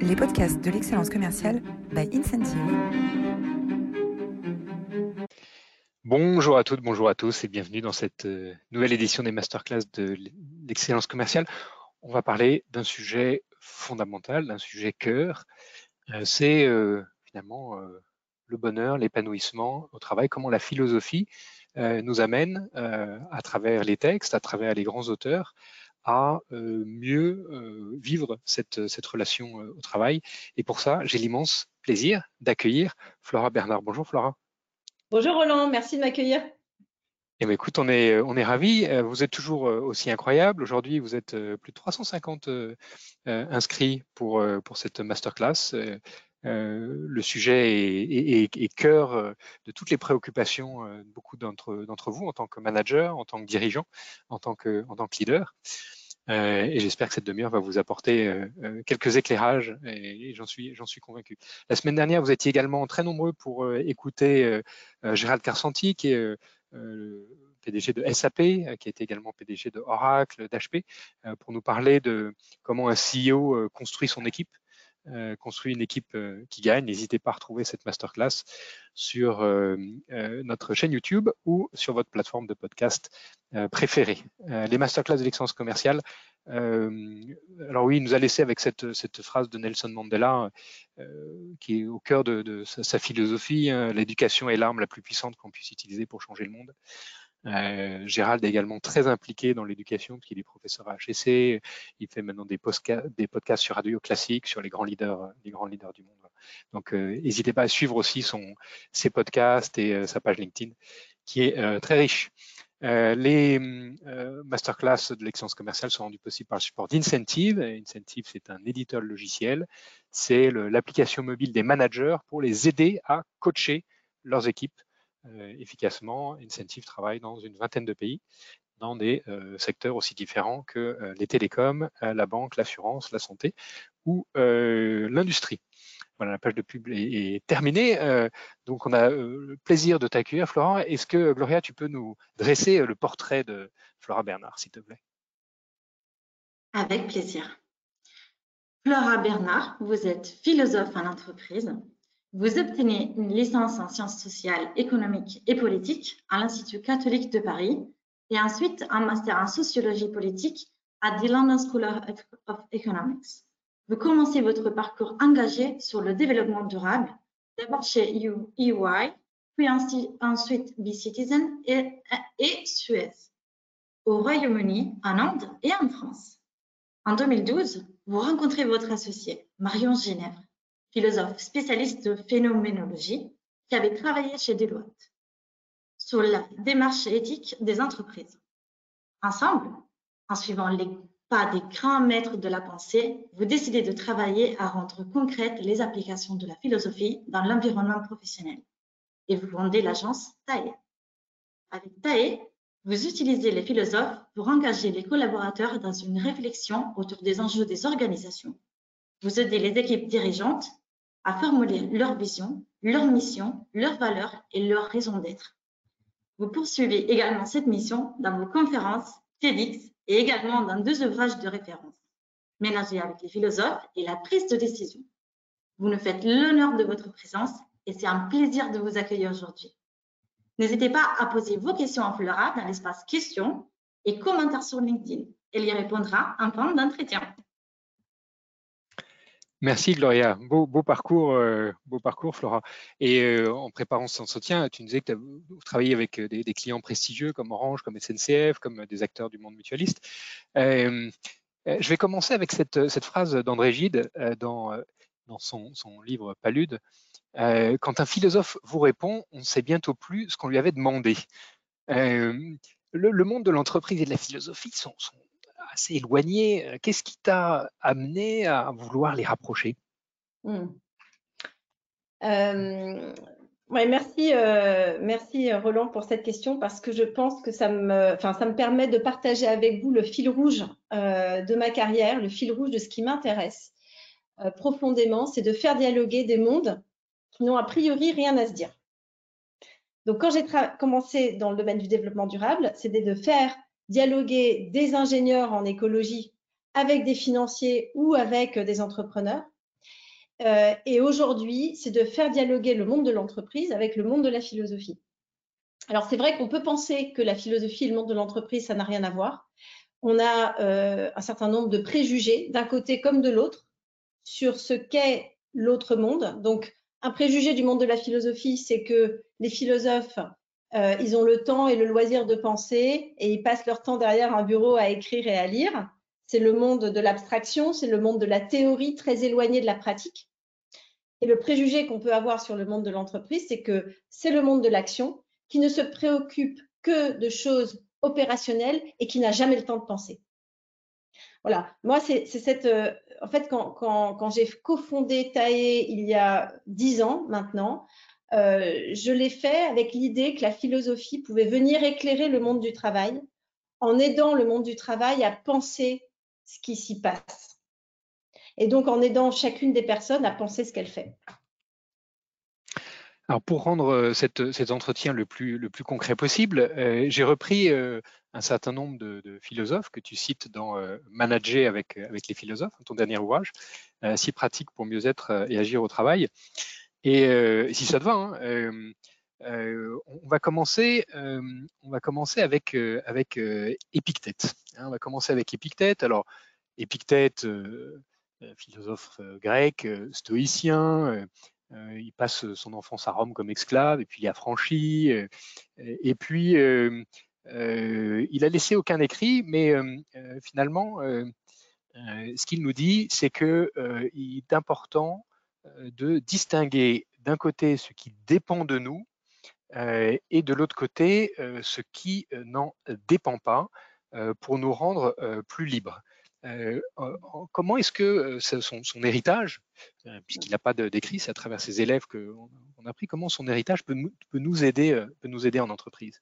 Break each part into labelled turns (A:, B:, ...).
A: les podcasts de l'excellence commerciale by Incentive.
B: Bonjour à toutes, bonjour à tous et bienvenue dans cette nouvelle édition des masterclass de l'excellence commerciale. On va parler d'un sujet fondamental, d'un sujet cœur. C'est finalement le bonheur, l'épanouissement au travail, comment la philosophie nous amène à travers les textes, à travers les grands auteurs, à mieux vivre cette relation au travail. Et pour ça, j'ai l'immense plaisir d'accueillir Flora Bernard. Bonjour Flora.
C: Bonjour Roland, merci de m'accueillir.
B: Eh bien, écoute, on est ravis. Vous êtes toujours aussi incroyable. Aujourd'hui, vous êtes plus de 350 inscrits pour cette masterclass. Le sujet est cœur de toutes les préoccupations de beaucoup d'entre vous en tant que manager, en tant que dirigeant, en tant que leader. Et j'espère que cette demi-heure va vous apporter quelques éclairages et j'en suis convaincu. La semaine dernière, vous étiez également très nombreux pour écouter Gérald Karsanti, qui est PDG de SAP, qui a été également PDG de Oracle, d'HP, pour nous parler de comment un CEO construit son équipe, construit une équipe qui gagne. N'hésitez pas à retrouver cette masterclass sur notre chaîne YouTube ou sur votre plateforme de podcast préférée. Les masterclass de l'excellence commerciale, alors oui, il nous a laissé avec cette phrase de Nelson Mandela qui est au cœur de sa philosophie, l'éducation est l'arme la plus puissante qu'on puisse utiliser pour changer le monde. Gérald est également très impliqué dans l'éducation parce qu'il est professeur à HEC. Il fait maintenant des podcasts sur Radio Classique sur les grands leaders du monde. Donc, n'hésitez pas à suivre aussi ses podcasts et sa page LinkedIn qui est très riche. Les masterclass de l'excellence commerciale sont rendus possibles par le support d'Incentive. Incentive, c'est un éditeur logiciel. C'est l'application mobile des managers pour les aider à coacher leurs équipes efficacement. Incentive travaille dans une vingtaine de pays, dans des secteurs aussi différents que les télécoms, la banque, l'assurance, la santé ou l'industrie. Voilà, la page de pub est terminée. Donc, on a le plaisir de t'accueillir, Florent. Est-ce que, Gloria, tu peux nous dresser le portrait de Flora Bernard, s'il te plaît?
C: Avec plaisir. Flora Bernard, vous êtes philosophe en entreprise. Vous obtenez une licence en sciences sociales, économiques et politiques à l'Institut catholique de Paris et ensuite un master en sociologie politique à the London School of Economics. Vous commencez votre parcours engagé sur le développement durable, d'abord chez EY, puis ensuite B-Citizen et Suez, au Royaume-Uni, en Inde et en France. En 2012, vous rencontrez votre associé, Marion Ginevre, philosophe spécialiste de phénoménologie, qui avait travaillé chez Deloitte sur la démarche éthique des entreprises. Ensemble, en suivant les pas des grands maîtres de la pensée, vous décidez de travailler à rendre concrètes les applications de la philosophie dans l'environnement professionnel et vous fondez l'agence TAE. Avec TAE, vous utilisez les philosophes pour engager les collaborateurs dans une réflexion autour des enjeux des organisations. Vous aidez les équipes dirigeantes à formuler leur vision, leur mission, leurs valeurs et leur raison d'être. Vous poursuivez également cette mission dans vos conférences, TEDx et également dans 2 ouvrages de référence, Ménager avec les philosophes et la prise de décision. Vous nous faites l'honneur de votre présence et c'est un plaisir de vous accueillir aujourd'hui. N'hésitez pas à poser vos questions à Flora dans l'espace questions et commentaires sur LinkedIn. Elle y répondra en fin d'entretien.
B: Merci Gloria, beau parcours Flora. Et en préparant cet entretien, tu nous disais que vous travaillez avec des clients prestigieux comme Orange, comme SNCF, comme des acteurs du monde mutualiste. Je vais commencer avec cette phrase d'André Gide dans son livre Palude. Quand un philosophe vous répond, on ne sait bientôt plus ce qu'on lui avait demandé. Le monde de l'entreprise et de la philosophie sont assez éloignés. Qu'est-ce qui t'a amené à vouloir les rapprocher?
C: Ouais, merci Roland pour cette question parce que je pense que ça me permet de partager avec vous le fil rouge de ma carrière, le fil rouge de ce qui m'intéresse profondément, c'est de faire dialoguer des mondes qui n'ont a priori rien à se dire. Donc, quand j'ai commencé dans le domaine du développement durable, c'était de faire dialoguer des ingénieurs en écologie avec des financiers ou avec des entrepreneurs
D: et aujourd'hui, c'est de faire dialoguer le monde de l'entreprise avec le monde de la philosophie. Alors, c'est vrai qu'on peut penser que la philosophie et le monde de l'entreprise, ça n'a rien à voir. On a un certain nombre de préjugés, d'un côté comme de l'autre, sur ce qu'est l'autre monde. Donc, un préjugé du monde de la philosophie, c'est que les philosophes, ils ont le temps et le loisir de penser et ils passent leur temps derrière un bureau à écrire et à lire. C'est le monde de l'abstraction, c'est le monde de la théorie très éloigné de la pratique. Et le préjugé qu'on peut avoir sur le monde de l'entreprise, c'est que c'est le monde de l'action qui ne se préoccupe que de choses opérationnelles et qui n'a jamais le temps de penser. Voilà, moi, c'est cette… en fait, quand j'ai cofondé TAE il y a 10 ans maintenant, je l'ai fait avec l'idée que la philosophie pouvait venir éclairer le monde du travail en aidant le monde du travail à penser ce qui s'y passe. Et donc, en aidant chacune des personnes à penser ce qu'elle fait.
B: Alors pour rendre cet entretien le plus concret possible, j'ai repris un certain nombre de philosophes que tu cites dans Manager avec les philosophes, ton dernier ouvrage, si pratique pour mieux être et agir au travail. Et si ça te va, hein, on va commencer avec Épictète. Hein, on va commencer avec Épictète. Alors Épictète, philosophe grec, stoïcien. Il passe son enfance à Rome comme esclave, et puis il est affranchi, et puis il a laissé aucun écrit, mais finalement, ce qu'il nous dit, c'est qu'il est important de distinguer d'un côté ce qui dépend de nous, et de l'autre côté ce qui n'en dépend pas, pour nous rendre plus libres. Comment est-ce que son héritage, puisqu'il n'a pas d'écrit, c'est à travers ses élèves qu'on a appris, comment son héritage peut nous aider en entreprise?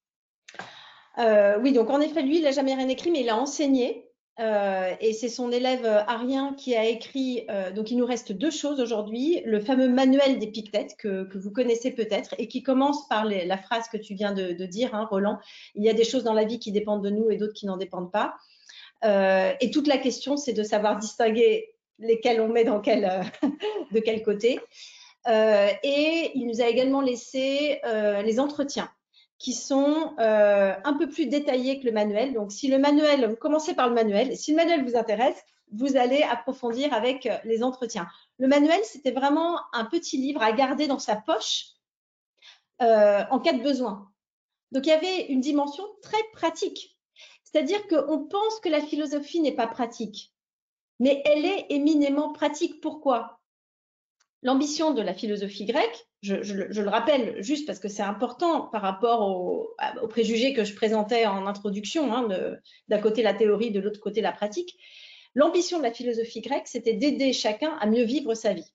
D: Oui, donc en effet, lui, il n'a jamais rien écrit, mais il a enseigné. Et c'est son élève Arien qui a écrit, donc il nous reste 2 choses aujourd'hui, le fameux manuel d'Épictète que vous connaissez peut-être et qui commence par la phrase que tu viens de dire, hein, Roland, il y a des choses dans la vie qui dépendent de nous et d'autres qui n'en dépendent pas. Et toute la question, c'est de savoir distinguer lesquels on met dans de quel côté. Et il nous a également laissé les entretiens qui sont un peu plus détaillés que le manuel. Donc, si le manuel, vous commencez par le manuel, si le manuel vous intéresse, vous allez approfondir avec les entretiens. Le manuel, c'était vraiment un petit livre à garder dans sa poche en cas de besoin. Donc, il y avait une dimension très pratique. C'est-à-dire qu'on pense que la philosophie n'est pas pratique, mais elle est éminemment pratique. Pourquoi ? L'ambition de la philosophie grecque, je le rappelle juste parce que c'est important par rapport aux préjugés que je présentais en introduction, hein, d'un côté la théorie, de l'autre côté la pratique. L'ambition de la philosophie grecque, c'était d'aider chacun à mieux vivre sa vie.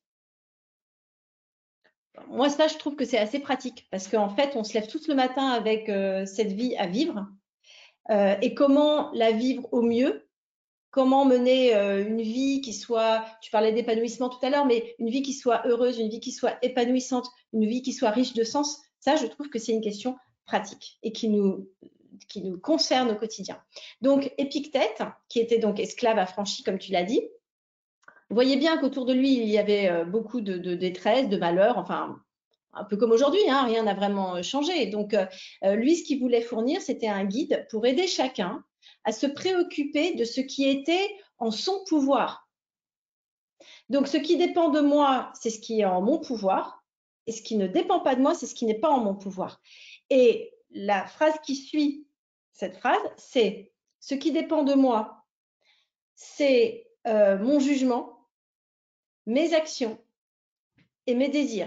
D: Moi, ça, je trouve que c'est assez pratique parce qu'en fait, on se lève tous le matin avec cette vie à vivre et comment la vivre au mieux. Comment mener une vie qui soit, tu parlais d'épanouissement tout à l'heure, mais une vie qui soit heureuse, une vie qui soit épanouissante, une vie qui soit riche de sens, ça, je trouve que c'est une question pratique et qui nous concerne au quotidien. Donc, Épictète, qui était donc esclave affranchi, comme tu l'as dit, vous voyez bien qu'autour de lui, il y avait beaucoup de détresse, de malheur, enfin, un peu comme aujourd'hui, hein, rien n'a vraiment changé. Donc, lui, ce qu'il voulait fournir, c'était un guide pour aider chacun à se préoccuper de ce qui était en son pouvoir. Donc, ce qui dépend de moi, c'est ce qui est en mon pouvoir, et ce qui ne dépend pas de moi, c'est ce qui n'est pas en mon pouvoir. Et la phrase qui suit cette phrase, c'est « ce qui dépend de moi, c'est mon jugement, mes actions et mes désirs.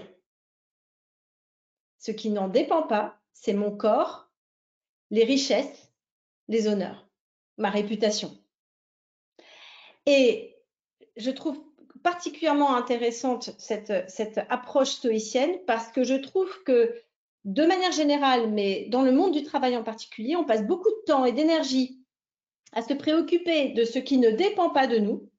D: Ce qui n'en dépend pas, c'est mon corps, les richesses, les honneurs, ma réputation. » Et je trouve particulièrement intéressante cette approche stoïcienne parce que je trouve que, de manière générale, mais dans le monde du travail en particulier, on passe beaucoup de temps et d'énergie à se préoccuper de ce qui ne dépend pas de nous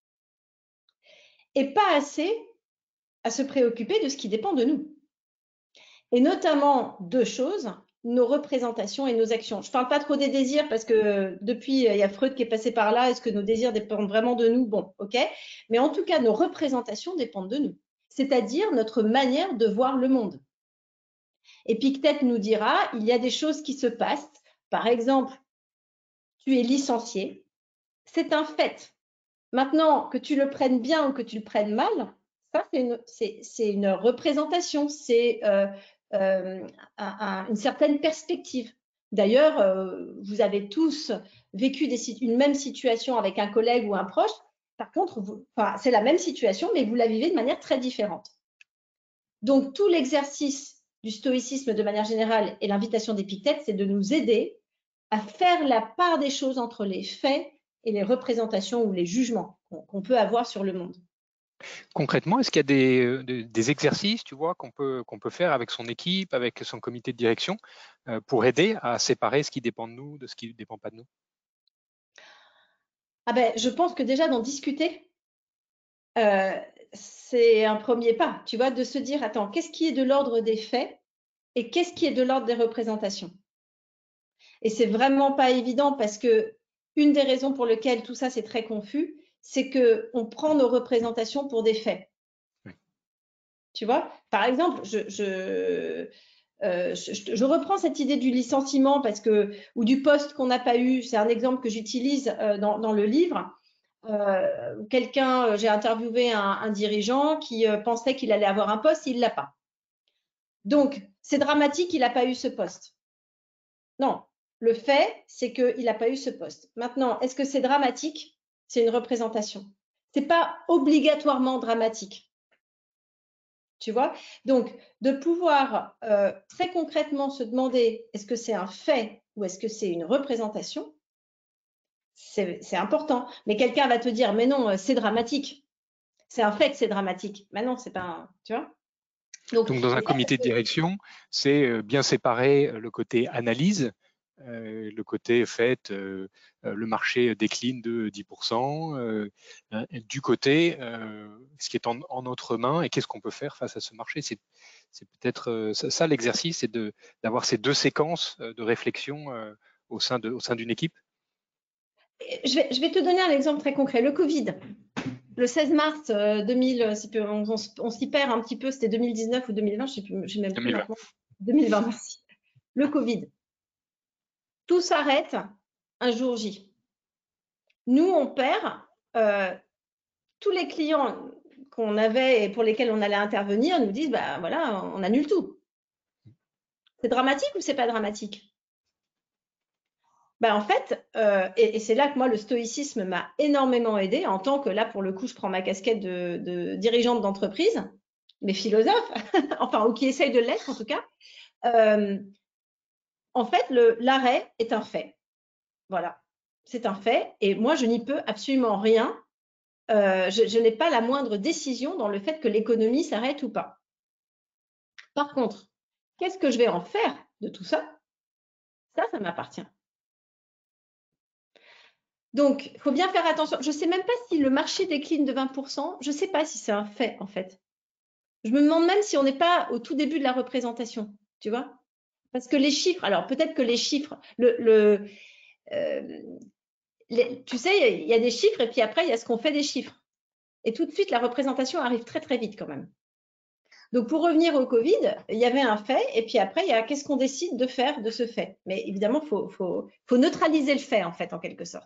D: et pas assez à se préoccuper de ce qui dépend de nous. Et notamment 2 choses. nos représentations et nos actions. Je ne parle pas trop des désirs parce que depuis, il y a Freud qui est passé par là. Est-ce que nos désirs dépendent vraiment de nous? Bon, ok. Mais en tout cas, nos représentations dépendent de nous, c'est-à-dire notre manière de voir le monde. Épictète nous dira, il y a des choses qui se passent. Par exemple, tu es licencié. C'est un fait. Maintenant, que tu le prennes bien ou que tu le prennes mal, ça, c'est une représentation, c'est une certaine perspective. D'ailleurs, vous avez tous vécu une même situation avec un collègue ou un proche. Par contre, c'est la même situation, mais vous la vivez de manière très différente. Donc, tout l'exercice du stoïcisme de manière générale et l'invitation d'Épictète, c'est de nous aider à faire la part des choses entre les faits et les représentations ou les jugements qu'on peut avoir sur le monde.
B: Concrètement, est-ce qu'il y a des exercices, tu vois, qu'on peut faire avec son équipe, avec son comité de direction, pour aider à séparer ce qui dépend de nous de ce qui ne dépend pas de nous?
D: Ah ben, je pense que déjà d'en discuter, c'est un premier pas, tu vois, de se dire, attends, qu'est-ce qui est de l'ordre des faits et qu'est-ce qui est de l'ordre des représentations? Et c'est vraiment pas évident parce que une des raisons pour lesquelles tout ça c'est très confus, c'est qu'on prend nos représentations pour des faits. Oui. Tu vois, par exemple, je reprends cette idée du licenciement ou du poste qu'on n'a pas eu. C'est un exemple que j'utilise dans le livre. J'ai interviewé un dirigeant qui pensait qu'il allait avoir un poste, il ne l'a pas. Donc, c'est dramatique, il n'a pas eu ce poste. Non, le fait, c'est qu'il n'a pas eu ce poste. Maintenant, est-ce que c'est dramatique? C'est une représentation. Ce n'est pas obligatoirement dramatique. Tu vois? Donc, de pouvoir très concrètement se demander est-ce que c'est un fait ou est-ce que c'est une représentation, c'est important. Mais quelqu'un va te dire mais non, c'est dramatique. C'est un fait que c'est dramatique. Mais non, c'est pas un, tu vois?
B: Donc, dans un comité de direction, c'est bien séparer le côté analyse, le côté fait, le marché décline de 10%, du côté ce qui est en notre main et qu'est-ce qu'on peut faire face à ce marché. C'est peut-être ça l'exercice, c'est d'avoir ces deux séquences de réflexion au sein d'une équipe.
D: Je vais te donner un exemple très concret, le Covid. Le 16 mars 2000, on s'y perd un petit peu, c'était 2019 ou 2020, je ne sais même plus maintenant. 2020, merci. Le Covid. Tout s'arrête un jour J. Nous, on perd tous les clients qu'on avait et pour lesquels on allait intervenir nous disent, bah voilà, on annule tout. C'est dramatique ou c'est pas dramatique? Ben en fait, et c'est là que moi, le stoïcisme m'a énormément aidé en tant que, là, pour le coup, je prends ma casquette de dirigeante d'entreprise, mais philosophe, enfin, ou qui essaye de l'être en tout cas. En fait, l'arrêt est un fait. Voilà, c'est un fait. Et moi, je n'y peux absolument rien. Je n'ai pas la moindre décision dans le fait que l'économie s'arrête ou pas. Par contre, qu'est-ce que je vais en faire de tout ça? Ça m'appartient. Donc, il faut bien faire attention. Je ne sais même pas si le marché décline de 20%. Je ne sais pas si c'est un fait, en fait. Je me demande même si on n'est pas au tout début de la représentation, tu vois? Parce que les chiffres, alors peut-être que les chiffres, tu sais, il y a des chiffres et puis après, il y a ce qu'on fait des chiffres. Et tout de suite, la représentation arrive très, très vite quand même. Donc, pour revenir au Covid, il y avait un fait et puis après, il y a qu'est-ce qu'on décide de faire de ce fait. Mais évidemment, il faut neutraliser le fait, en fait, en quelque sorte.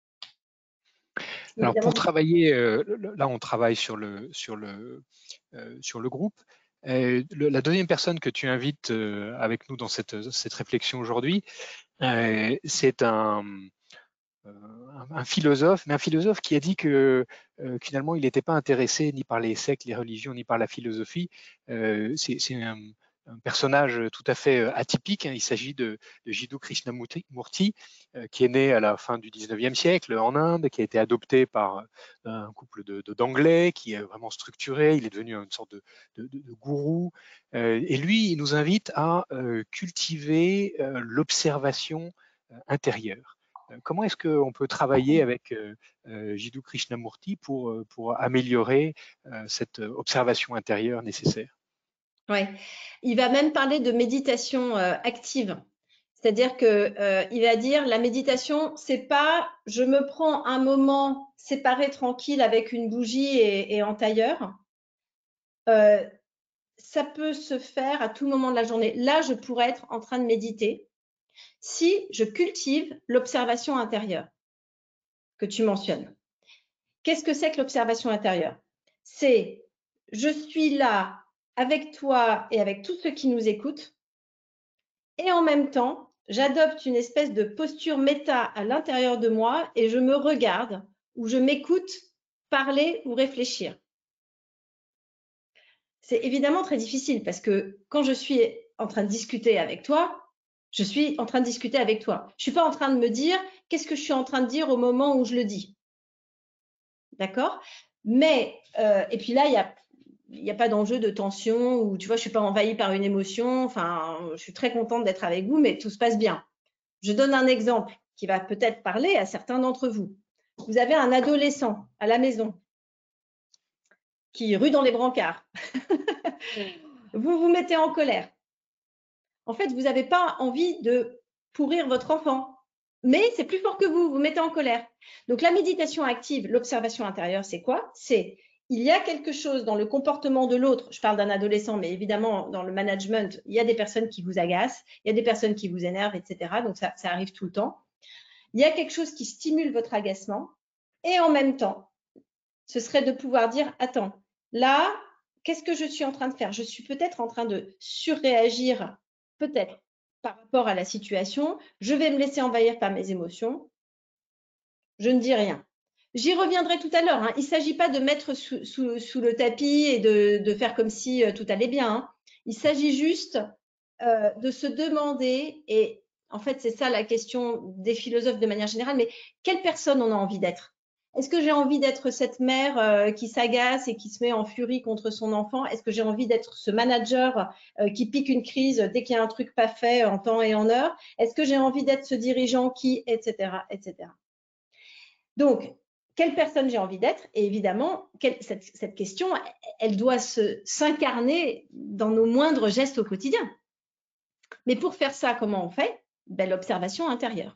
B: Alors pour travailler, là on travaille sur le groupe. La deuxième personne que tu invites avec nous dans cette réflexion aujourd'hui, c'est un philosophe, mais un philosophe qui a dit que finalement il n'était pas intéressé ni par les sectes, les religions, ni par la philosophie. C'est un personnage tout à fait atypique. Il s'agit de Jiddu Krishnamurti, qui est né à la fin du 19e siècle en Inde, qui a été adopté par un couple d'Anglais, qui est vraiment structuré. Il est devenu une sorte de gourou. Et lui, il nous invite à cultiver l'observation intérieure. Comment est-ce qu'on peut travailler avec Jiddu Krishnamurti pour améliorer cette observation intérieure nécessaire?
D: Ouais. Il va même parler de méditation active. C'est-à-dire que il va dire la méditation, c'est pas je me prends un moment séparé tranquille avec une bougie et en tailleur. Ça peut se faire à tout moment de la journée. Là, je pourrais être en train de méditer si je cultive l'observation intérieure que tu mentionnes. Qu'est-ce que c'est que l'observation intérieure? C'est je suis là avec toi et avec tous ceux qui nous écoutent et en même temps, j'adopte une espèce de posture méta à l'intérieur de moi et je me regarde ou je m'écoute parler ou réfléchir. C'est évidemment très difficile parce que quand je suis en train de discuter avec toi, je suis en train de discuter avec toi. Je ne suis pas en train de me dire qu'est-ce que je suis en train de dire au moment où je le dis. D'accord? Mais, et puis là, il n'y a pas d'enjeu de tension ou tu vois, je ne suis pas envahie par une émotion. Enfin, je suis très contente d'être avec vous, mais tout se passe bien. Je donne un exemple qui va peut-être parler à certains d'entre vous. Vous avez un adolescent à la maison qui rue dans les brancards. Vous vous mettez en colère. En fait, vous n'avez pas envie de pourrir votre enfant, mais c'est plus fort que vous, vous mettez en colère. Donc la méditation active, l'observation intérieure, c'est quoi? C'est il y a quelque chose dans le comportement de l'autre, je parle d'un adolescent, mais évidemment dans le management, il y a des personnes qui vous agacent, il y a des personnes qui vous énervent, etc. Donc ça arrive tout le temps. Il y a quelque chose qui stimule votre agacement et en même temps, ce serait de pouvoir dire, attends, là, qu'est-ce que je suis en train de faire? Je suis peut-être en train de surréagir, peut-être, par rapport à la situation. Je vais me laisser envahir par mes émotions. Je ne dis rien. J'y reviendrai tout à l'heure. Hein. Il ne s'agit pas de mettre sous le tapis et de faire comme si tout allait bien. Hein. Il s'agit juste de se demander, et en fait, c'est ça la question des philosophes de manière générale, mais quelle personne on a envie d'être? Est-ce que j'ai envie d'être cette mère qui s'agace et qui se met en furie contre son enfant? Est-ce que j'ai envie d'être ce manager qui pique une crise dès qu'il y a un truc pas fait en temps et en heure? Est-ce que j'ai envie d'être ce dirigeant qui, etc., etc. Donc, quelle personne j'ai envie d'être? Et évidemment, cette question, elle doit s'incarner dans nos moindres gestes au quotidien. Mais pour faire ça, comment on fait? Ben, l'observation intérieure.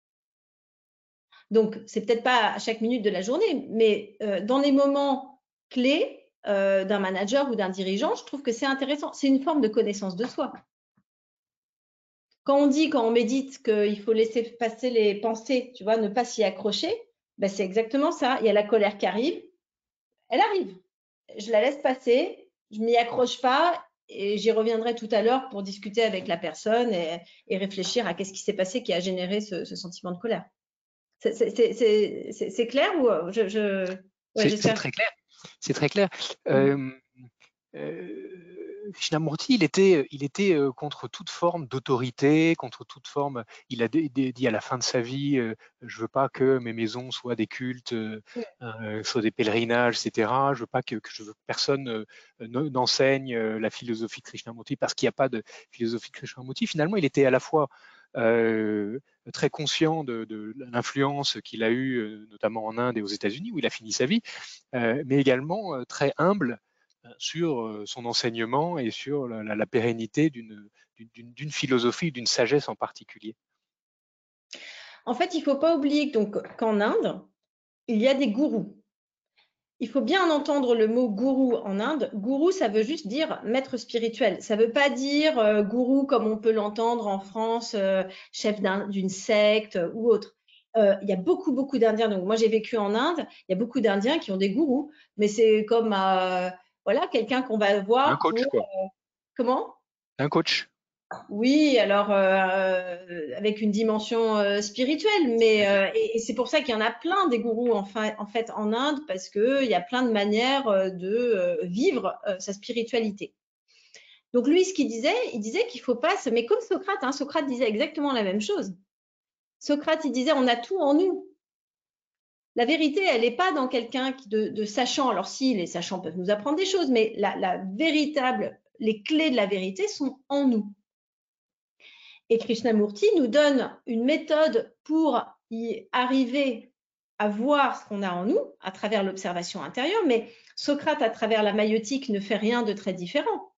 D: Donc, c'est peut-être pas à chaque minute de la journée, mais dans les moments clés d'un manager ou d'un dirigeant, je trouve que c'est intéressant. C'est une forme de connaissance de soi. Quand on médite qu'il faut laisser passer les pensées, tu vois, ne pas s'y accrocher, ben, c'est exactement ça. Il y a la colère qui arrive, elle arrive. Je la laisse passer, je m'y accroche pas et j'y reviendrai tout à l'heure pour discuter avec la personne et réfléchir à qu'est-ce qui s'est passé qui a généré ce sentiment de colère. C'est clair ou
B: ouais, c'est très clair. C'est très clair. Krishnamurti, il était contre toute forme d'autorité, contre toute forme. Il a dit à la fin de sa vie, je veux pas que mes maisons soient des cultes, soient des pèlerinages, etc. Je veux pas que personne n'enseigne la philosophie de Krishnamurti parce qu'il n'y a pas de philosophie de Krishnamurti. Finalement, il était à la fois très conscient de l'influence qu'il a eue, notamment en Inde et aux États-Unis, où il a fini sa vie, mais également très humble sur son enseignement et sur la pérennité d'une philosophie, d'une sagesse en particulier.
D: En fait, il ne faut pas oublier qu'en Inde, il y a des gourous. Il faut bien entendre le mot gourou en Inde. Gourou, ça veut juste dire maître spirituel. Ça ne veut pas dire gourou comme on peut l'entendre en France, chef d'une secte ou autre. Il y a beaucoup d'Indiens. Donc moi, j'ai vécu en Inde. Il y a beaucoup d'Indiens qui ont des gourous, mais c'est comme voilà, quelqu'un qu'on va voir.
B: Un coach, quoi.
D: Comment?
B: Un coach.
D: Oui, alors avec une dimension spirituelle, mais et c'est pour ça qu'il y en a plein des gourous en fait en Inde parce que il y a plein de manières de vivre sa spiritualité. Donc lui, ce qu'il disait, il disait qu'il faut pas mais comme Socrate, hein, Socrate disait exactement la même chose. Socrate, il disait, on a tout en nous. La vérité, elle n'est pas dans quelqu'un de sachant. Alors si, les sachants peuvent nous apprendre des choses, mais les clés de la vérité sont en nous. Et Krishnamurti nous donne une méthode pour y arriver à voir ce qu'on a en nous à travers l'observation intérieure, mais Socrate, à travers la maïeutique, ne fait rien de très différent.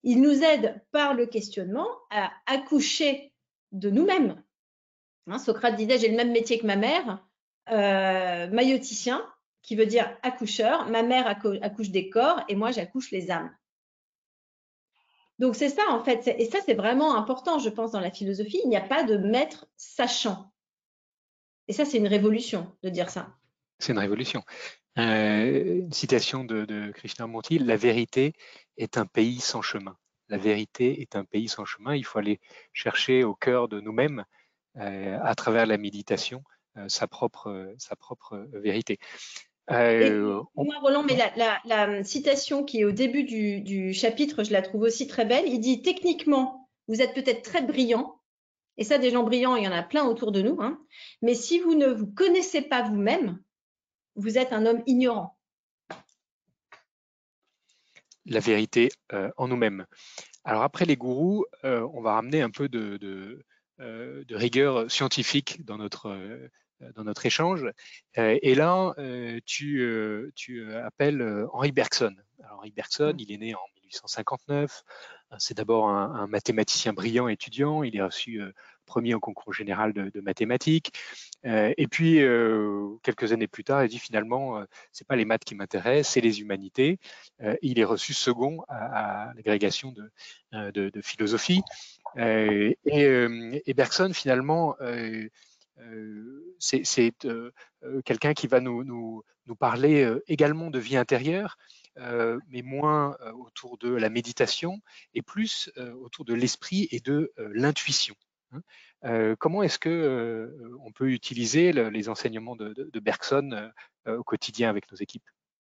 D: Il nous aide par le questionnement à accoucher de nous-mêmes. Hein, Socrate disait, j'ai le même métier que ma mère, maïoticien, qui veut dire accoucheur. Ma mère accouche des corps et moi, j'accouche les âmes. Donc, c'est ça, en fait. Et ça, c'est vraiment important, je pense, dans la philosophie. Il n'y a pas de maître sachant. Et ça, c'est une révolution de dire ça.
B: C'est une révolution. Une citation de Krishnamurti, la vérité est un pays sans chemin. La vérité est un pays sans chemin. Il faut aller chercher au cœur de nous-mêmes, à travers la méditation, sa propre vérité.
D: Moi, Roland, mais la citation qui est au début du chapitre, je la trouve aussi très belle. Il dit, techniquement, vous êtes peut-être très brillant, et ça, des gens brillants, il y en a plein autour de nous, hein, mais si vous ne vous connaissez pas vous-même, vous êtes un homme ignorant.
B: La vérité en nous-mêmes. Alors après les gourous, on va ramener un peu de rigueur scientifique dans notre échange. Et là, tu appelles Henri Bergson. Alors, Henri Bergson, il est né en 1859. C'est d'abord un mathématicien brillant étudiant. Il est reçu premier au concours général de mathématiques. Et puis, quelques années plus tard, il dit finalement, c'est pas les maths qui m'intéressent, c'est les humanités. Il est reçu second à l'agrégation de philosophie. Et Bergson, finalement, c'est quelqu'un qui va nous parler également de vie intérieure, mais moins autour de la méditation et plus autour de l'esprit et de l'intuition. Comment est-ce que on peut utiliser les enseignements de Bergson au quotidien avec nos équipes?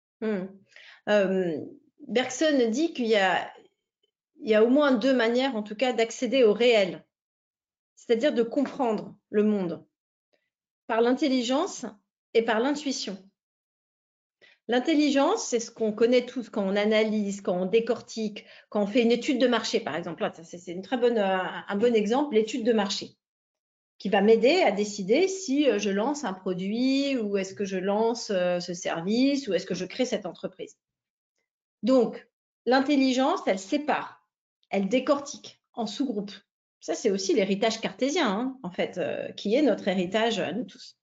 D: Bergson dit qu'il y a au moins deux manières, en tout cas, d'accéder au réel, c'est-à-dire de comprendre le monde, par l'intelligence et par l'intuition. L'intelligence, c'est ce qu'on connaît tous quand on analyse, quand on décortique, quand on fait une étude de marché, par exemple. Là, c'est une très bonne, un bon exemple, l'étude de marché, qui va m'aider à décider si je lance un produit ou est-ce que je lance ce service ou est-ce que je crée cette entreprise. Donc, l'intelligence, elle sépare, elle décortique en sous-groupes. Ça, c'est aussi l'héritage cartésien, hein, en fait, qui est notre héritage à nous tous.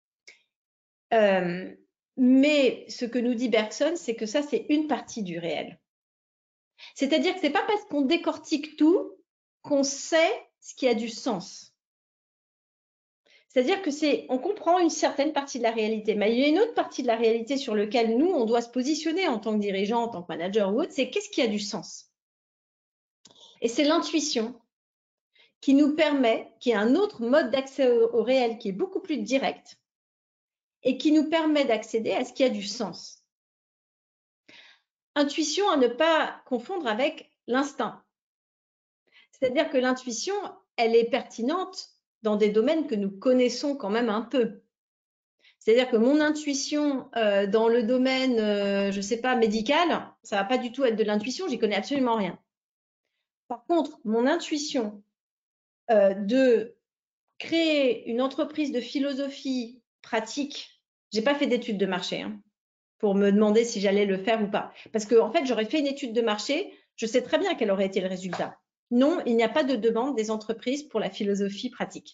D: Mais ce que nous dit Bergson, c'est que ça, c'est une partie du réel. C'est-à-dire que ce n'est pas parce qu'on décortique tout qu'on sait ce qui a du sens. C'est-à-dire que on comprend une certaine partie de la réalité, mais il y a une autre partie de la réalité sur laquelle nous, on doit se positionner en tant que dirigeant, en tant que manager ou autre, c'est qu'est-ce qui a du sens. Et c'est l'intuition qui nous permet, qui est un autre mode d'accès au réel qui est beaucoup plus direct et qui nous permet d'accéder à ce qui a du sens. Intuition à ne pas confondre avec l'instinct. C'est-à-dire que l'intuition, elle est pertinente dans des domaines que nous connaissons quand même un peu. C'est-à-dire que mon intuition dans le domaine, je ne sais pas, médical, ça ne va pas du tout être de l'intuition, j'y connais absolument rien. Par contre, mon intuition de créer une entreprise de philosophie pratique, je n'ai pas fait d'études de marché pour me demander si j'allais le faire ou pas. Parce qu'en fait, j'aurais fait une étude de marché, je sais très bien quel aurait été le résultat. Non, il n'y a pas de demande des entreprises pour la philosophie pratique.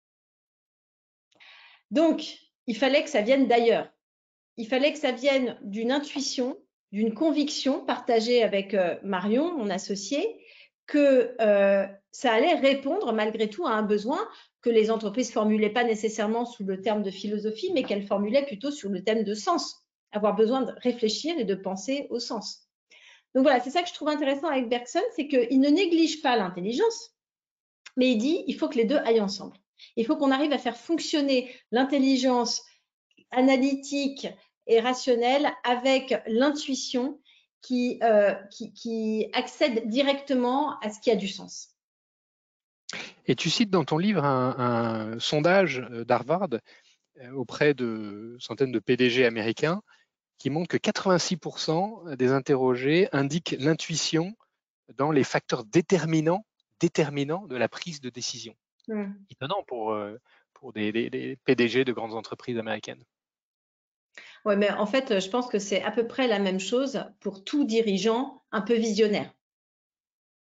D: Donc, il fallait que ça vienne d'ailleurs. Il fallait que ça vienne d'une intuition, d'une conviction partagée avec Marion, mon associé, que ça allait répondre malgré tout à un besoin que les entreprises ne formulaient pas nécessairement sous le terme de philosophie, mais qu'elles formulaient plutôt sur le thème de sens, avoir besoin de réfléchir et de penser au sens. Donc voilà, c'est ça que je trouve intéressant avec Bergson, c'est qu'il ne néglige pas l'intelligence, mais il dit il faut que les deux aillent ensemble. Il faut qu'on arrive à faire fonctionner l'intelligence analytique et rationnelle avec l'intuition qui accède directement à ce qui a du sens.
B: Et tu cites dans ton livre un sondage d'Harvard auprès de centaines de PDG américains qui montre que 86% des interrogés indiquent l'intuition dans les facteurs déterminants de la prise de décision. Étonnant pour des PDG de grandes entreprises américaines.
D: Oui, mais en fait, je pense que c'est à peu près la même chose pour tout dirigeant un peu visionnaire.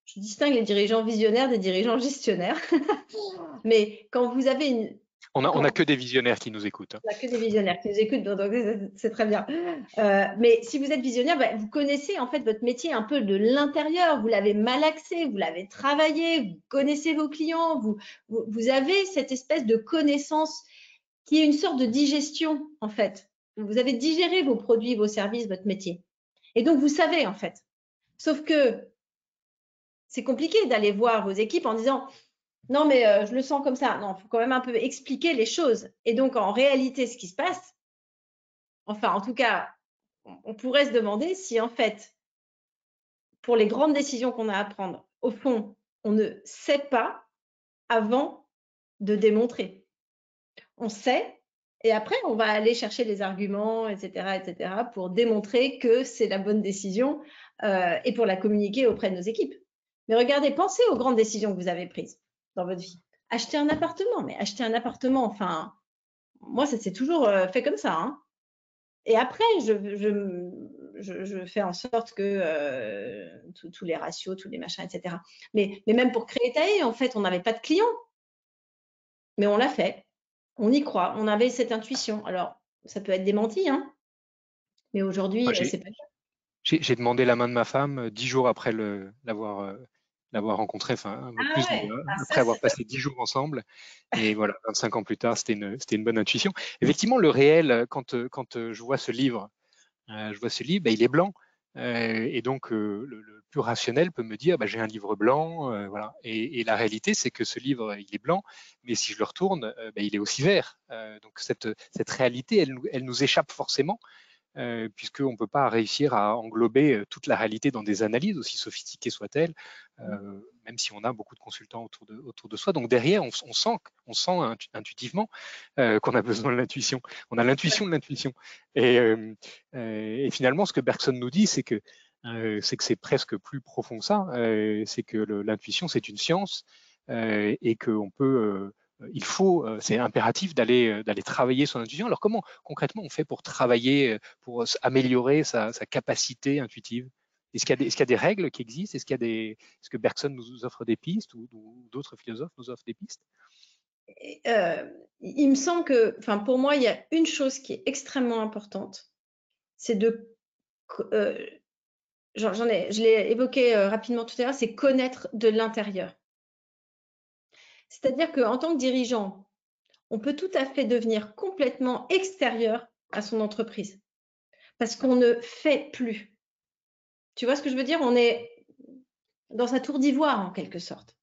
D: je distingue les dirigeants visionnaires des dirigeants gestionnaires. Mais quand vous avez une...
B: On a que des visionnaires qui nous écoutent.
D: On n'a que des visionnaires qui nous écoutent, donc c'est très bien. Mais si vous êtes visionnaire, vous connaissez en fait votre métier un peu de l'intérieur, vous l'avez malaxé, vous l'avez travaillé, vous connaissez vos clients, vous avez cette espèce de connaissance qui est une sorte de digestion en fait. Vous avez digéré vos produits, vos services, votre métier. Et donc, vous savez en fait. Sauf que c'est compliqué d'aller voir vos équipes en disant « Non, mais je le sens comme ça. » Non, il faut quand même un peu expliquer les choses. Et donc, en réalité, ce qui se passe, enfin, en tout cas, on pourrait se demander si en fait, pour les grandes décisions qu'on a à prendre, au fond, on ne sait pas avant de démontrer. On sait, et après, on va aller chercher les arguments, etc., pour démontrer que c'est la bonne décision et pour la communiquer auprès de nos équipes. Mais regardez, pensez aux grandes décisions que vous avez prises dans votre vie. Acheter un appartement, mais acheter un appartement, enfin, moi, ça s'est toujours fait comme ça. Hein. Et après, je fais en sorte que tous les ratios, tous les machins, etc. Mais même pour créer Tae, en fait, on n'avait pas de clients. Mais on l'a fait. On y croit, on avait cette intuition. Alors, ça peut être démenti, hein, mais aujourd'hui, c'est pas le cas.
B: J'ai demandé la main de ma femme 10 jours après l'avoir rencontrée, enfin un peu plus, après avoir passé 10 jours ensemble. Et voilà, 25 ans plus tard, c'était une bonne intuition. Effectivement, le réel, quand je vois ce livre, il est blanc. Et donc, le plus rationnel peut me dire, j'ai un livre blanc, voilà. Et la réalité, c'est que ce livre, il est blanc, mais si je le retourne, il est aussi vert. Donc, cette réalité, elle nous échappe forcément, puisqu'on ne peut pas réussir à englober toute la réalité dans des analyses, aussi sophistiquées soient-elles, même si on a beaucoup de consultants autour de soi. Donc derrière, on sent intuitivement qu'on a besoin de l'intuition. On a l'intuition de l'intuition. Et finalement, ce que Bergson nous dit, c'est que c'est presque plus profond que ça. C'est que l'intuition, c'est une science et qu'on peut... c'est impératif d'aller travailler son intuition. Alors comment concrètement on fait pour travailler, pour améliorer sa capacité intuitive? Est-ce qu'il y a des règles qui existent? Est-ce que Bergson nous offre des pistes ou d'autres philosophes nous offrent des pistes?
D: Il me semble que, enfin pour moi, il y a une chose qui est extrêmement importante, c'est je l'ai évoqué rapidement tout à l'heure, c'est connaître de l'intérieur. C'est-à-dire qu'en tant que dirigeant, on peut tout à fait devenir complètement extérieur à son entreprise parce qu'on ne fait plus. Tu vois ce que je veux dire? On est dans sa tour d'ivoire en quelque sorte.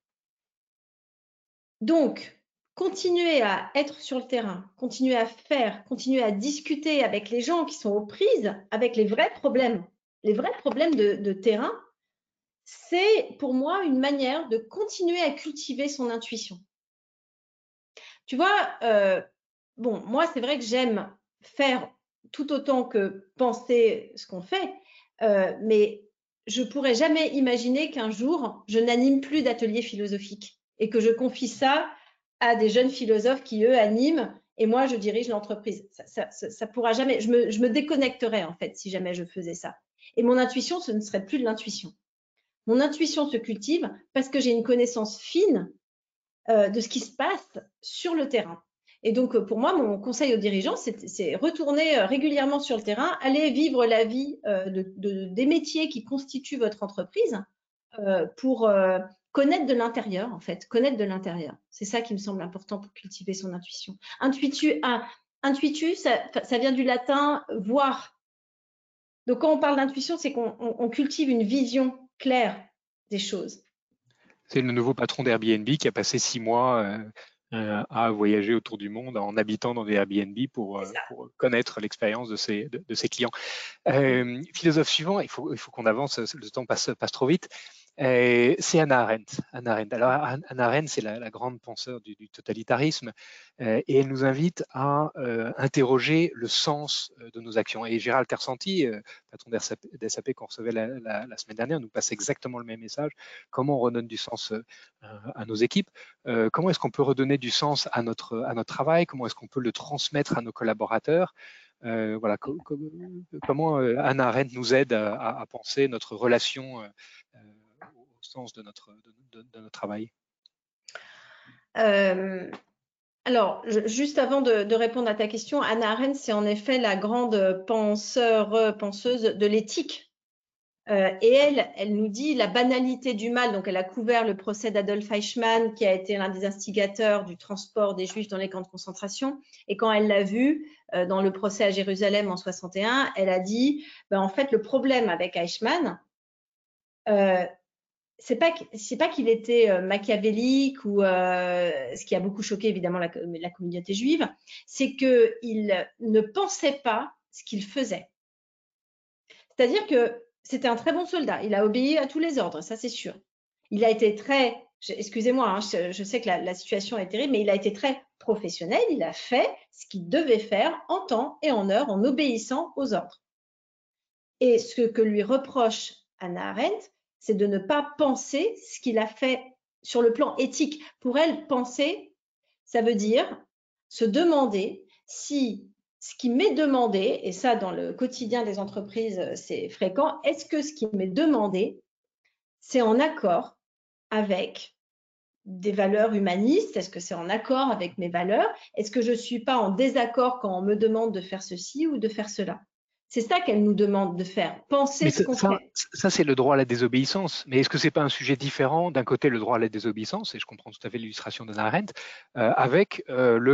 D: Donc, continuer à être sur le terrain, continuer à faire, continuer à discuter avec les gens qui sont aux prises avec les vrais problèmes de terrain, c'est pour moi une manière de continuer à cultiver son intuition. Tu vois, moi, c'est vrai que j'aime faire tout autant que penser ce qu'on fait, mais je ne pourrais jamais imaginer qu'un jour, je n'anime plus d'ateliers philosophiques et que je confie ça à des jeunes philosophes qui, eux, animent et moi, je dirige l'entreprise. Ça pourra jamais, je me déconnecterais en fait si jamais je faisais ça. Et mon intuition, ce ne serait plus de l'intuition. Mon intuition se cultive parce que j'ai une connaissance fine de ce qui se passe sur le terrain. Et donc, pour moi, mon conseil aux dirigeants, c'est retourner régulièrement sur le terrain, aller vivre la vie des métiers qui constituent votre entreprise pour connaître de l'intérieur, en fait, connaître de l'intérieur. C'est ça qui me semble important pour cultiver son intuition. Intuitu, ça vient du latin « voir ». Donc, quand on parle d'intuition, c'est qu'on cultive une vision claire des choses.
B: C'est le nouveau patron d'Airbnb qui a passé 6 mois à voyager autour du monde en habitant dans des Airbnb pour connaître l'expérience de ses clients. Philosophe suivant, il faut qu'on avance, le temps passe trop vite. C'est Hannah Arendt. Alors, Hannah Arendt, c'est la grande penseur du totalitarisme et elle nous invite à interroger le sens de nos actions. Et Gérald Tersanti, patron d'SAP qu'on recevait la semaine dernière, nous passe exactement le même message. Comment on redonne du sens à nos équipes? Comment est-ce qu'on peut redonner du sens à notre travail? Comment est-ce qu'on peut le transmettre à nos collaborateurs? Voilà, comment Hannah Arendt nous aide à penser notre relation sens de notre travail?
D: Alors, juste avant de répondre à ta question, Hannah Arendt, c'est en effet la grande penseuse de l'éthique. Et elle nous dit la banalité du mal. Donc, elle a couvert le procès d'Adolf Eichmann, qui a été l'un des instigateurs du transport des Juifs dans les camps de concentration. Et quand elle l'a vu dans le procès à Jérusalem en 61, elle a dit, en fait, le problème avec Eichmann, c'est pas qu'il était machiavélique ou ce qui a beaucoup choqué évidemment la communauté juive, c'est qu'il ne pensait pas ce qu'il faisait. C'est-à-dire que c'était un très bon soldat, il a obéi à tous les ordres, ça c'est sûr. Il a été très, excusez-moi, hein, je sais que la situation est terrible, mais il a été très professionnel, il a fait ce qu'il devait faire en temps et en heure en obéissant aux ordres. Et ce que lui reproche Hannah Arendt, c'est de ne pas penser ce qu'il a fait sur le plan éthique. Pour elle, penser, ça veut dire se demander si ce qui m'est demandé, et ça dans le quotidien des entreprises, c'est fréquent, est-ce que ce qui m'est demandé, c'est en accord avec des valeurs humanistes? Est-ce que c'est en accord avec mes valeurs? Est-ce que je ne suis pas en désaccord quand on me demande de faire ceci ou de faire cela? C'est ça qu'elle nous demande de faire, penser ce qu'on fait.
B: Ça, c'est le droit à la désobéissance. Mais est-ce que c'est pas un sujet différent, d'un côté, le droit à la désobéissance, et je comprends tout à fait l'illustration d'Hannah Arendt, avec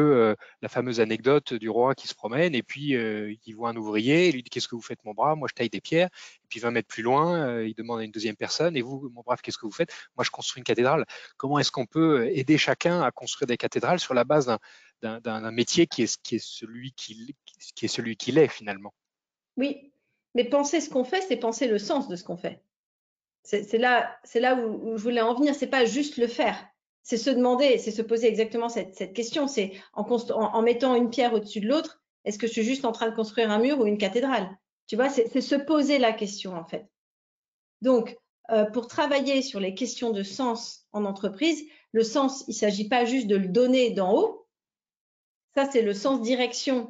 B: la fameuse anecdote du roi qui se promène et puis il voit un ouvrier, il lui dit « Qu'est-ce que vous faites, mon brave? Moi, je taille des pierres. » Et puis 20 mètres plus loin, il demande à une deuxième personne « Et vous, mon brave, qu'est-ce que vous faites? Moi, je construis une cathédrale. » Comment est-ce qu'on peut aider chacun à construire des cathédrales sur la base d'un métier qui est celui qu'il est finalement?
D: Oui, mais penser ce qu'on fait, c'est penser le sens de ce qu'on fait. C'est là où je voulais en venir. C'est pas juste le faire. C'est se demander, c'est se poser exactement cette question. C'est en mettant une pierre au-dessus de l'autre, est-ce que je suis juste en train de construire un mur ou une cathédrale? Tu vois, c'est se poser la question en fait. Donc, pour travailler sur les questions de sens en entreprise, le sens, il ne s'agit pas juste de le donner d'en haut. Ça, c'est le sens direction.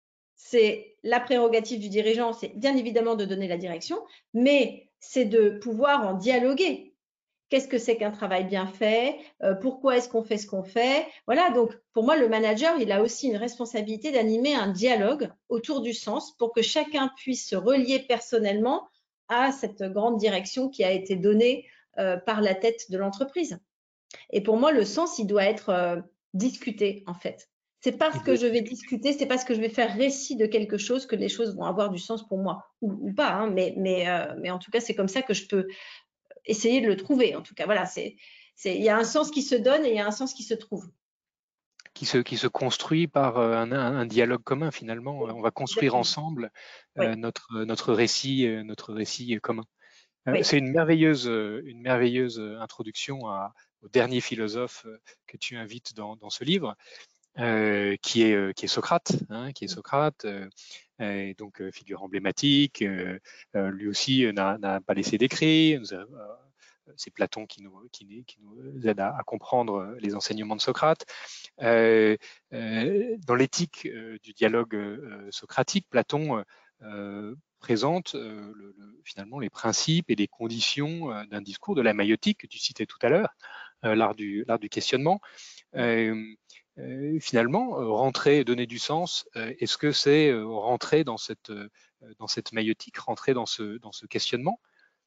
D: C'est la prérogative du dirigeant, c'est bien évidemment de donner la direction, mais c'est de pouvoir en dialoguer. Qu'est-ce que c'est qu'un travail bien fait? Pourquoi est-ce qu'on fait ce qu'on fait? Voilà, donc pour moi, le manager, il a aussi une responsabilité d'animer un dialogue autour du sens pour que chacun puisse se relier personnellement à cette grande direction qui a été donnée par la tête de l'entreprise. Et pour moi, le sens, il doit être discuté en fait. C'est parce que je vais discuter, c'est parce que je vais faire récit de quelque chose que les choses vont avoir du sens pour moi, ou pas, hein, mais en tout cas, c'est comme ça que je peux essayer de le trouver. En tout cas, voilà, il y a un sens qui se donne et il y a un sens qui se trouve.
B: Qui se construit par un dialogue commun finalement. On va construire ensemble notre récit commun.
D: Oui.
B: C'est une merveilleuse introduction au dernier philosophe que tu invites dans ce livre. Qui est Socrate, qui est Socrate, et donc figure emblématique. Lui aussi n'a pas laissé d'écrit. C'est Platon qui nous aide à comprendre les enseignements de Socrate. Dans l'éthique du dialogue socratique, Platon présente finalement les principes et les conditions d'un discours, de la maïotique que tu citais tout à l'heure, l'art du questionnement. Finalement, rentrer, donner du sens, est-ce que c'est rentrer dans cette maïotique, rentrer dans ce questionnement?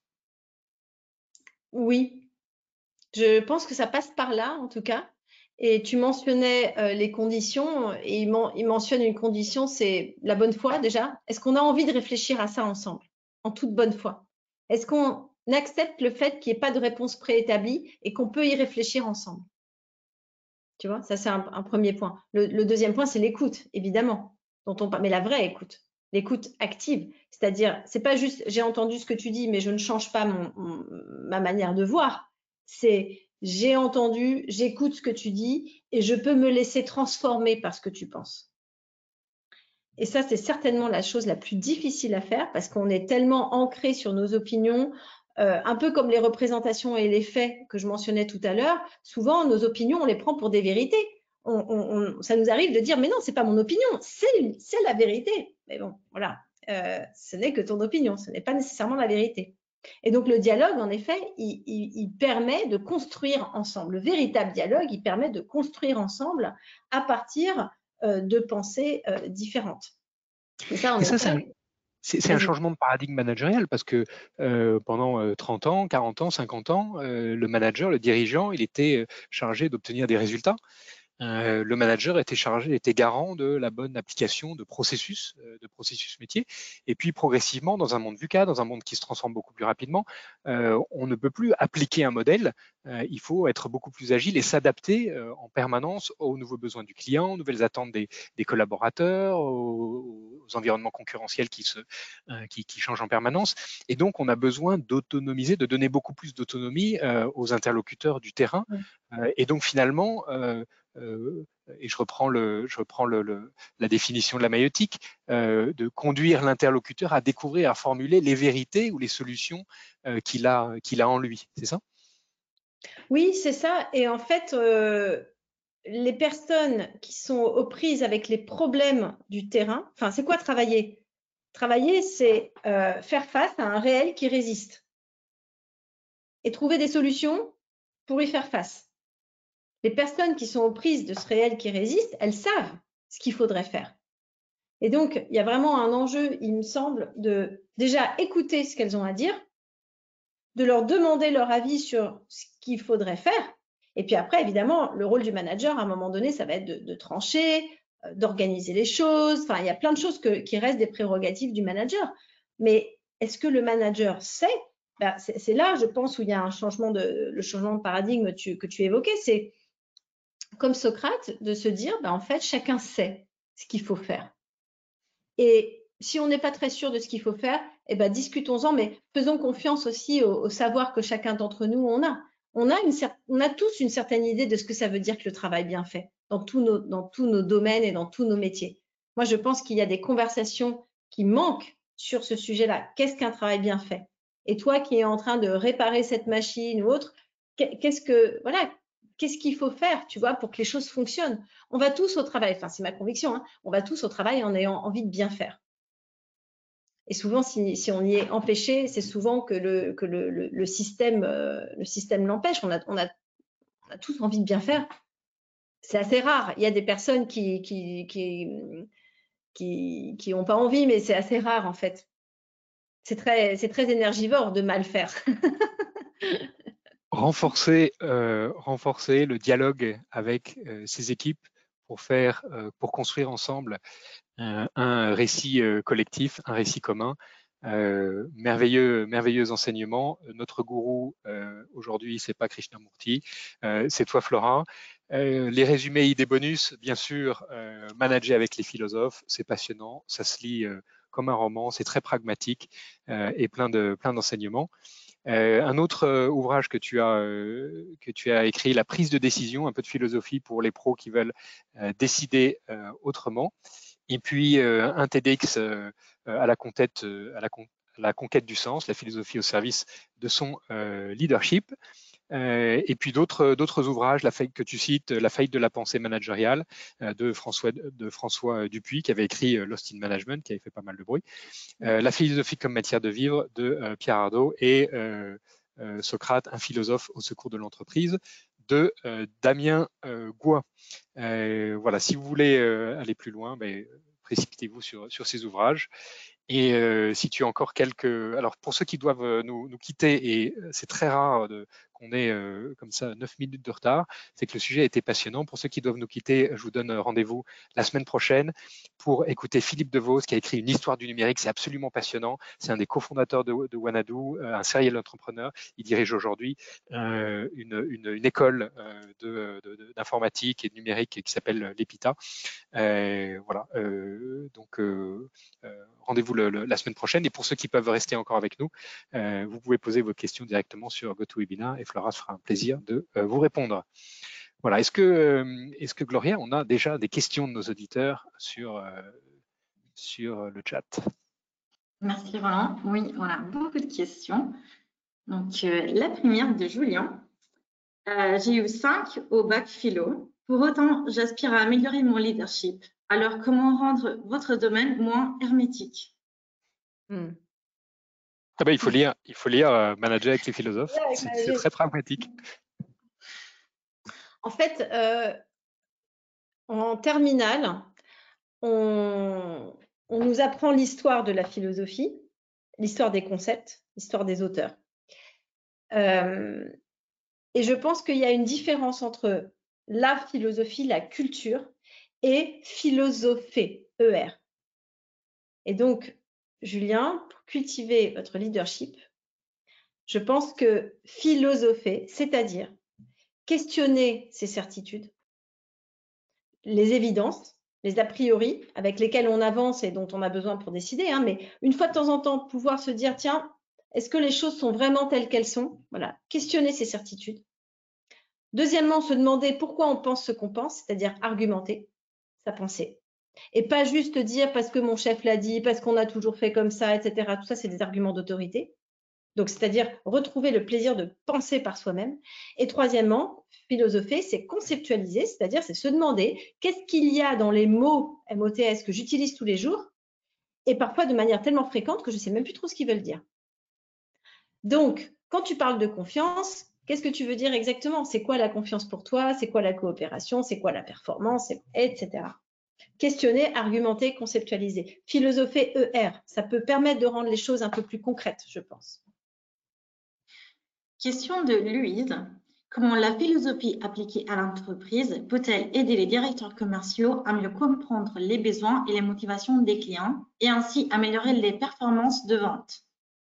D: Oui, je pense que ça passe par là en tout cas. Et tu mentionnais les conditions, et il mentionne une condition, c'est la bonne foi déjà. Est-ce qu'on a envie de réfléchir à ça ensemble, en toute bonne foi? Est-ce qu'on accepte le fait qu'il n'y ait pas de réponse préétablie et qu'on peut y réfléchir ensemble? Tu vois, ça c'est un premier point. Le deuxième point, c'est l'écoute, évidemment, mais la vraie écoute, l'écoute active. C'est-à-dire, c'est pas juste j'ai entendu ce que tu dis, mais je ne change pas ma manière de voir. C'est j'ai entendu, j'écoute ce que tu dis et je peux me laisser transformer par ce que tu penses. Et ça, c'est certainement la chose la plus difficile à faire parce qu'on est tellement ancré sur nos opinions, un peu comme les représentations et les faits que je mentionnais tout à l'heure. Souvent, nos opinions, on les prend pour des vérités. Ça nous arrive de dire, mais non, c'est pas mon opinion, c'est la vérité. Mais bon, voilà, ce n'est que ton opinion, ce n'est pas nécessairement la vérité. Et donc, le dialogue, en effet, il permet de construire ensemble. Le véritable dialogue, il permet de construire ensemble à partir de pensées différentes. Et ça, en effet…
B: C'est un changement de paradigme managérial parce que pendant 30 ans, 40 ans, 50 ans, le manager, le dirigeant, il était chargé d'obtenir des résultats. Le manager était garant de la bonne application de processus métiers. Et puis progressivement, dans un monde VUCA, dans un monde qui se transforme beaucoup plus rapidement, on ne peut plus appliquer un modèle. Il faut être beaucoup plus agile et s'adapter en permanence aux nouveaux besoins du client, aux nouvelles attentes des collaborateurs, aux environnements concurrentiels qui changent en permanence. Et donc, on a besoin d'autonomiser, de donner beaucoup plus d'autonomie aux interlocuteurs du terrain. Et donc, finalement, et je reprends la définition de la maïeutique, de conduire l'interlocuteur à découvrir, à formuler les vérités ou les solutions qu'il a en lui. C'est ça?
D: Oui, c'est ça. Et en fait, les personnes qui sont aux prises avec les problèmes du terrain, enfin, c'est quoi travailler? Travailler, c'est faire face à un réel qui résiste et trouver des solutions pour y faire face. Les personnes qui sont aux prises de ce réel qui résiste, elles savent ce qu'il faudrait faire. Et donc, il y a vraiment un enjeu, il me semble, de déjà écouter ce qu'elles ont à dire, de leur demander leur avis sur ce qu'il faudrait faire. Et puis après, évidemment, le rôle du manager, à un moment donné, ça va être de trancher, d'organiser les choses. Enfin, il y a plein de choses qui restent des prérogatives du manager. Mais est-ce que le manager sait? C'est là, je pense, où il y a le changement de paradigme que tu évoquais. C'est comme Socrate, de se dire, en fait, chacun sait ce qu'il faut faire. Et si on n'est pas très sûr de ce qu'il faut faire, discutons-en, mais faisons confiance aussi au savoir que chacun d'entre nous on a. On a tous une certaine idée de ce que ça veut dire que le travail bien fait, dans tous nos domaines et dans tous nos métiers. Moi, je pense qu'il y a des conversations qui manquent sur ce sujet-là. Qu'est-ce qu'un travail bien fait? Et toi qui es en train de réparer cette machine ou autre, qu'est-ce qu'il faut faire, tu vois, pour que les choses fonctionnent? On va tous au travail, enfin c'est ma conviction, hein, on va tous au travail en ayant envie de bien faire. Et souvent, si on y est empêché, c'est souvent que le système l'empêche. On a tous envie de bien faire. C'est assez rare. Il y a des personnes qui n'ont pas envie, mais c'est assez rare en fait. C'est très énergivore de mal faire.
B: Renforcer le dialogue avec ces équipes pour construire ensemble un récit collectif, un récit commun. Merveilleux enseignement. Notre gourou aujourd'hui, c'est pas Krishnamurti, c'est toi, Flora. Les résumés idées bonus, bien sûr, manager avec les philosophes, c'est passionnant, ça se lit comme un roman, c'est très pragmatique et plein d'enseignements. Un autre ouvrage que tu as écrit, La prise de décision, un peu de philosophie pour les pros qui veulent décider autrement. Et puis un TEDx à la conquête du sens, la philosophie au service de son leadership. Et puis d'autres ouvrages, que tu cites, La faillite de la pensée managériale de François Dupuis, qui avait écrit Lost in Management, qui avait fait pas mal de bruit. La philosophie comme matière de vivre de Pierre Ardot et Socrate, un philosophe au secours de l'entreprise de Damien Gouin. Voilà, si vous voulez aller plus loin, précipitez-vous sur ces ouvrages. Et si tu as encore alors pour ceux qui doivent nous quitter, et c'est très rare qu'on ait comme ça 9 minutes de retard, c'est que le sujet a été passionnant. Pour ceux qui doivent nous quitter, je vous donne rendez-vous la semaine prochaine pour écouter Philippe Devos qui a écrit une histoire du numérique. C'est absolument passionnant. C'est un des cofondateurs de Wanadoo, un serial entrepreneur. Il dirige aujourd'hui une école d'informatique et de numérique qui s'appelle l'EPITA. Voilà. Donc rendez-vous la semaine prochaine. Et pour ceux qui peuvent rester encore avec nous, vous pouvez poser vos questions directement sur GoToWebinar et Flora se fera un plaisir de vous répondre. Voilà. Est-ce que Gloria, on a déjà des questions de nos auditeurs sur le chat?
C: Merci Roland. Oui, on a beaucoup de questions. Donc, la première de Julien. J'ai eu 5 au bac philo. Pour autant, j'aspire à améliorer mon leadership. Alors, comment rendre votre domaine moins hermétique?
B: Ah ben, il faut lire Manager avec les philosophes.
D: Ouais,
B: C'est très pragmatique.
D: En fait, en terminale, on nous apprend l'histoire de la philosophie, l'histoire des concepts, l'histoire des auteurs. Et je pense qu'il y a une différence entre la philosophie, la culture, et philosopher, ER. Et donc, Julien, pour cultiver votre leadership, je pense que philosopher, c'est-à-dire questionner ses certitudes, les évidences, les a priori avec lesquels on avance et dont on a besoin pour décider, hein, mais une fois de temps en temps, pouvoir se dire, tiens, est-ce que les choses sont vraiment telles qu'elles sont? Voilà, questionner ses certitudes. Deuxièmement, se demander pourquoi on pense ce qu'on pense, c'est-à-dire argumenter sa pensée. Et pas juste dire parce que mon chef l'a dit, parce qu'on a toujours fait comme ça, etc. Tout ça, c'est des arguments d'autorité. Donc, c'est-à-dire retrouver le plaisir de penser par soi-même. Et troisièmement, philosopher, c'est conceptualiser, c'est-à-dire c'est se demander qu'est-ce qu'il y a dans les mots MOTS que j'utilise tous les jours et parfois de manière tellement fréquente que je ne sais même plus trop ce qu'ils veulent dire. Donc, quand tu parles de confiance, qu'est-ce que tu veux dire exactement? C'est quoi la confiance pour toi? C'est quoi la coopération? C'est quoi la performance? Etc. Questionner, argumenter, conceptualiser. Philosopher ER, ça peut permettre de rendre les choses un peu plus concrètes, je pense.
C: Question de Louise. Comment la philosophie appliquée à l'entreprise peut-elle aider les directeurs commerciaux à mieux comprendre les besoins et les motivations des clients et ainsi améliorer les performances de vente?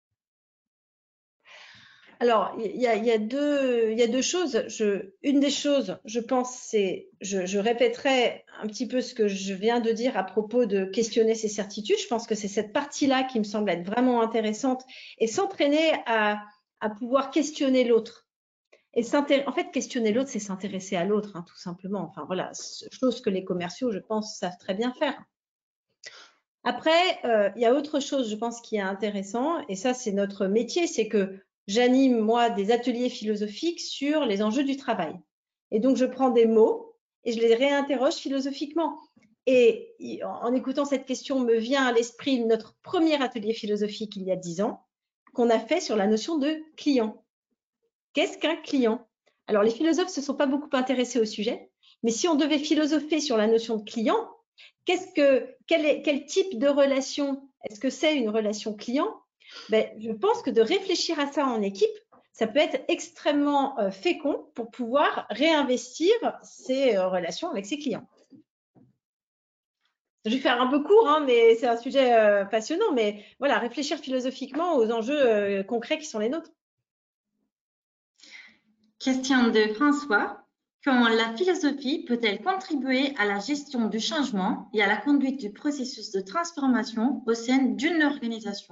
D: Alors, il y a deux choses. Une des choses, je pense, c'est, je répéterai un petit peu ce que je viens de dire à propos de questionner ses certitudes. Je pense que c'est cette partie-là qui me semble être vraiment intéressante et s'entraîner à pouvoir questionner l'autre. Et en fait, questionner l'autre, c'est s'intéresser à l'autre, hein, tout simplement. Enfin, voilà, chose que les commerciaux, je pense, savent très bien faire. Après, il y a autre chose, je pense, qui est intéressant, et ça, c'est notre métier, c'est que j'anime, moi, des ateliers philosophiques sur les enjeux du travail. Et donc, je prends des mots et je les réinterroge philosophiquement. Et en écoutant cette question, me vient à l'esprit notre premier atelier philosophique il y a 10 ans, qu'on a fait sur la notion de client. Qu'est-ce qu'un client? Alors, les philosophes ne se sont pas beaucoup intéressés au sujet, mais si on devait philosopher sur la notion de client, quel type de relation est-ce que c'est une relation client? Je pense que de réfléchir à ça en équipe, ça peut être extrêmement fécond pour pouvoir réinvestir ses relations avec ses clients. Je vais faire un peu court, hein, mais c'est un sujet passionnant. Mais voilà, réfléchir philosophiquement aux enjeux concrets qui sont les nôtres.
C: Question de François. Comment la philosophie peut-elle contribuer à la gestion du changement et à la conduite du processus de transformation au sein d'une organisation?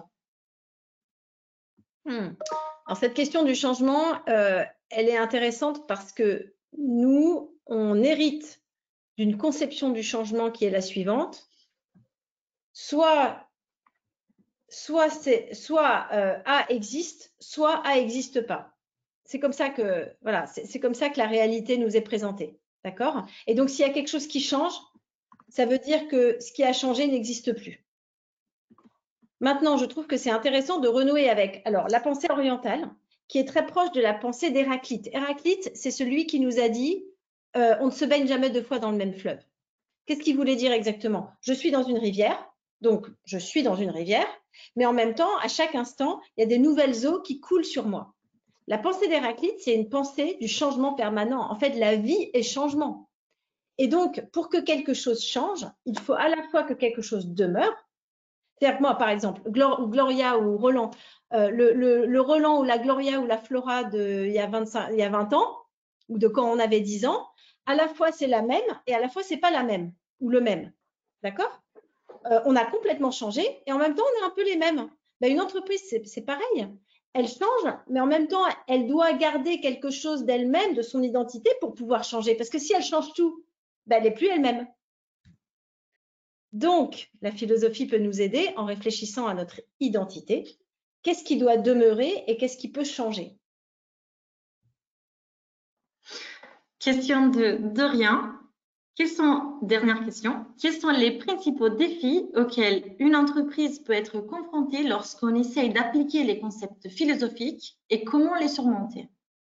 D: Alors, cette question du changement, elle est intéressante parce que nous, on hérite d'une conception du changement qui est la suivante. Soit A existe, soit A n'existe pas. C'est comme ça que voilà, c'est comme ça que la réalité nous est présentée, d'accord? Et donc s'il y a quelque chose qui change, ça veut dire que ce qui a changé n'existe plus. Maintenant, je trouve que c'est intéressant de renouer avec la pensée orientale, qui est très proche de la pensée d'Héraclite. Héraclite, c'est celui qui nous a dit on ne se baigne jamais deux fois dans le même fleuve. Qu'est-ce qu'il voulait dire exactement? Je suis dans une rivière, donc je suis dans une rivière, mais en même temps, à chaque instant, il y a des nouvelles eaux qui coulent sur moi. La pensée d'Héraclite, c'est une pensée du changement permanent. En fait, la vie est changement. Et donc, pour que quelque chose change, il faut à la fois que quelque chose demeure. C'est-à-dire que moi, par exemple, Gloria ou Roland, le Roland ou la Gloria ou la Flora il y a 20 ans, ou de quand on avait 10 ans, à la fois c'est la même et à la fois c'est pas la même ou le même. D'accord? On a complètement changé et en même temps on est un peu les mêmes. Une entreprise, c'est pareil. Elle change, mais en même temps, elle doit garder quelque chose d'elle-même, de son identité pour pouvoir changer. Parce que si elle change tout, elle n'est plus elle-même. Donc, la philosophie peut nous aider en réfléchissant à notre identité. Qu'est-ce qui doit demeurer et qu'est-ce qui peut changer?
C: Question de Dorian. Dernière question, quels sont les principaux défis auxquels une entreprise peut être confrontée lorsqu'on essaye d'appliquer les concepts philosophiques et comment les surmonter?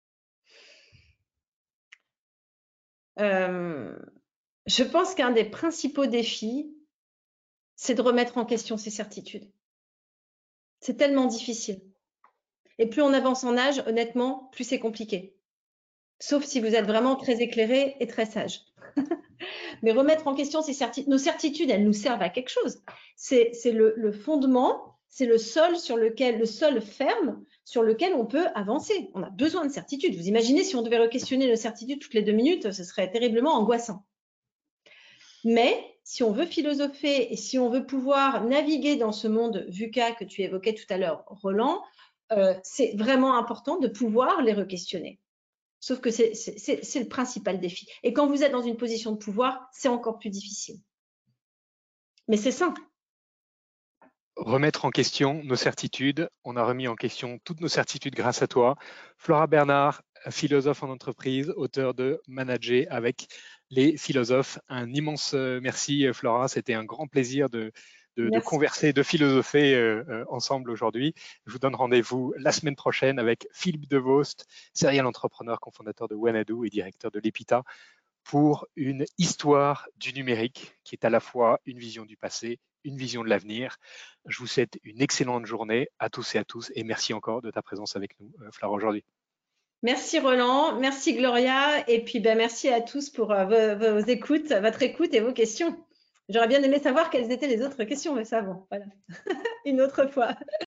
D: Je pense qu'un des principaux défis, c'est de remettre en question ses certitudes. C'est tellement difficile. Et plus on avance en âge, honnêtement, plus c'est compliqué. Sauf si vous êtes vraiment très éclairé et très sage. Mais remettre en question nos certitudes, elles nous servent à quelque chose. C'est le fondement, c'est le sol ferme sur lequel on peut avancer. On a besoin de certitudes. Vous imaginez si on devait re-questionner nos certitudes toutes les 2 minutes, ce serait terriblement angoissant. Mais si on veut philosopher et si on veut pouvoir naviguer dans ce monde VUCA que tu évoquais tout à l'heure, Roland, c'est vraiment important de pouvoir les re-questionner. Sauf que c'est le principal défi. Et quand vous êtes dans une position de pouvoir, c'est encore plus difficile. Mais c'est ça.
B: Remettre en question nos certitudes. On a remis en question toutes nos certitudes grâce à toi. Flora Bernard, philosophe en entreprise, auteur de Manager avec les philosophes. Un immense merci Flora, c'était un grand plaisir de converser, de philosopher ensemble aujourd'hui. Je vous donne rendez-vous la semaine prochaine avec Philippe Devost, serial entrepreneur, cofondateur de Wanadoo et directeur de l'EPITA, pour une histoire du numérique qui est à la fois une vision du passé, une vision de l'avenir. Je vous souhaite une excellente journée à tous et merci encore de ta présence avec nous, Flora, aujourd'hui.
D: Merci Roland, merci Gloria et puis merci à tous pour vos écoutes, votre écoute et vos questions. J'aurais bien aimé savoir quelles étaient les autres questions, mais ça bon, voilà, une autre fois.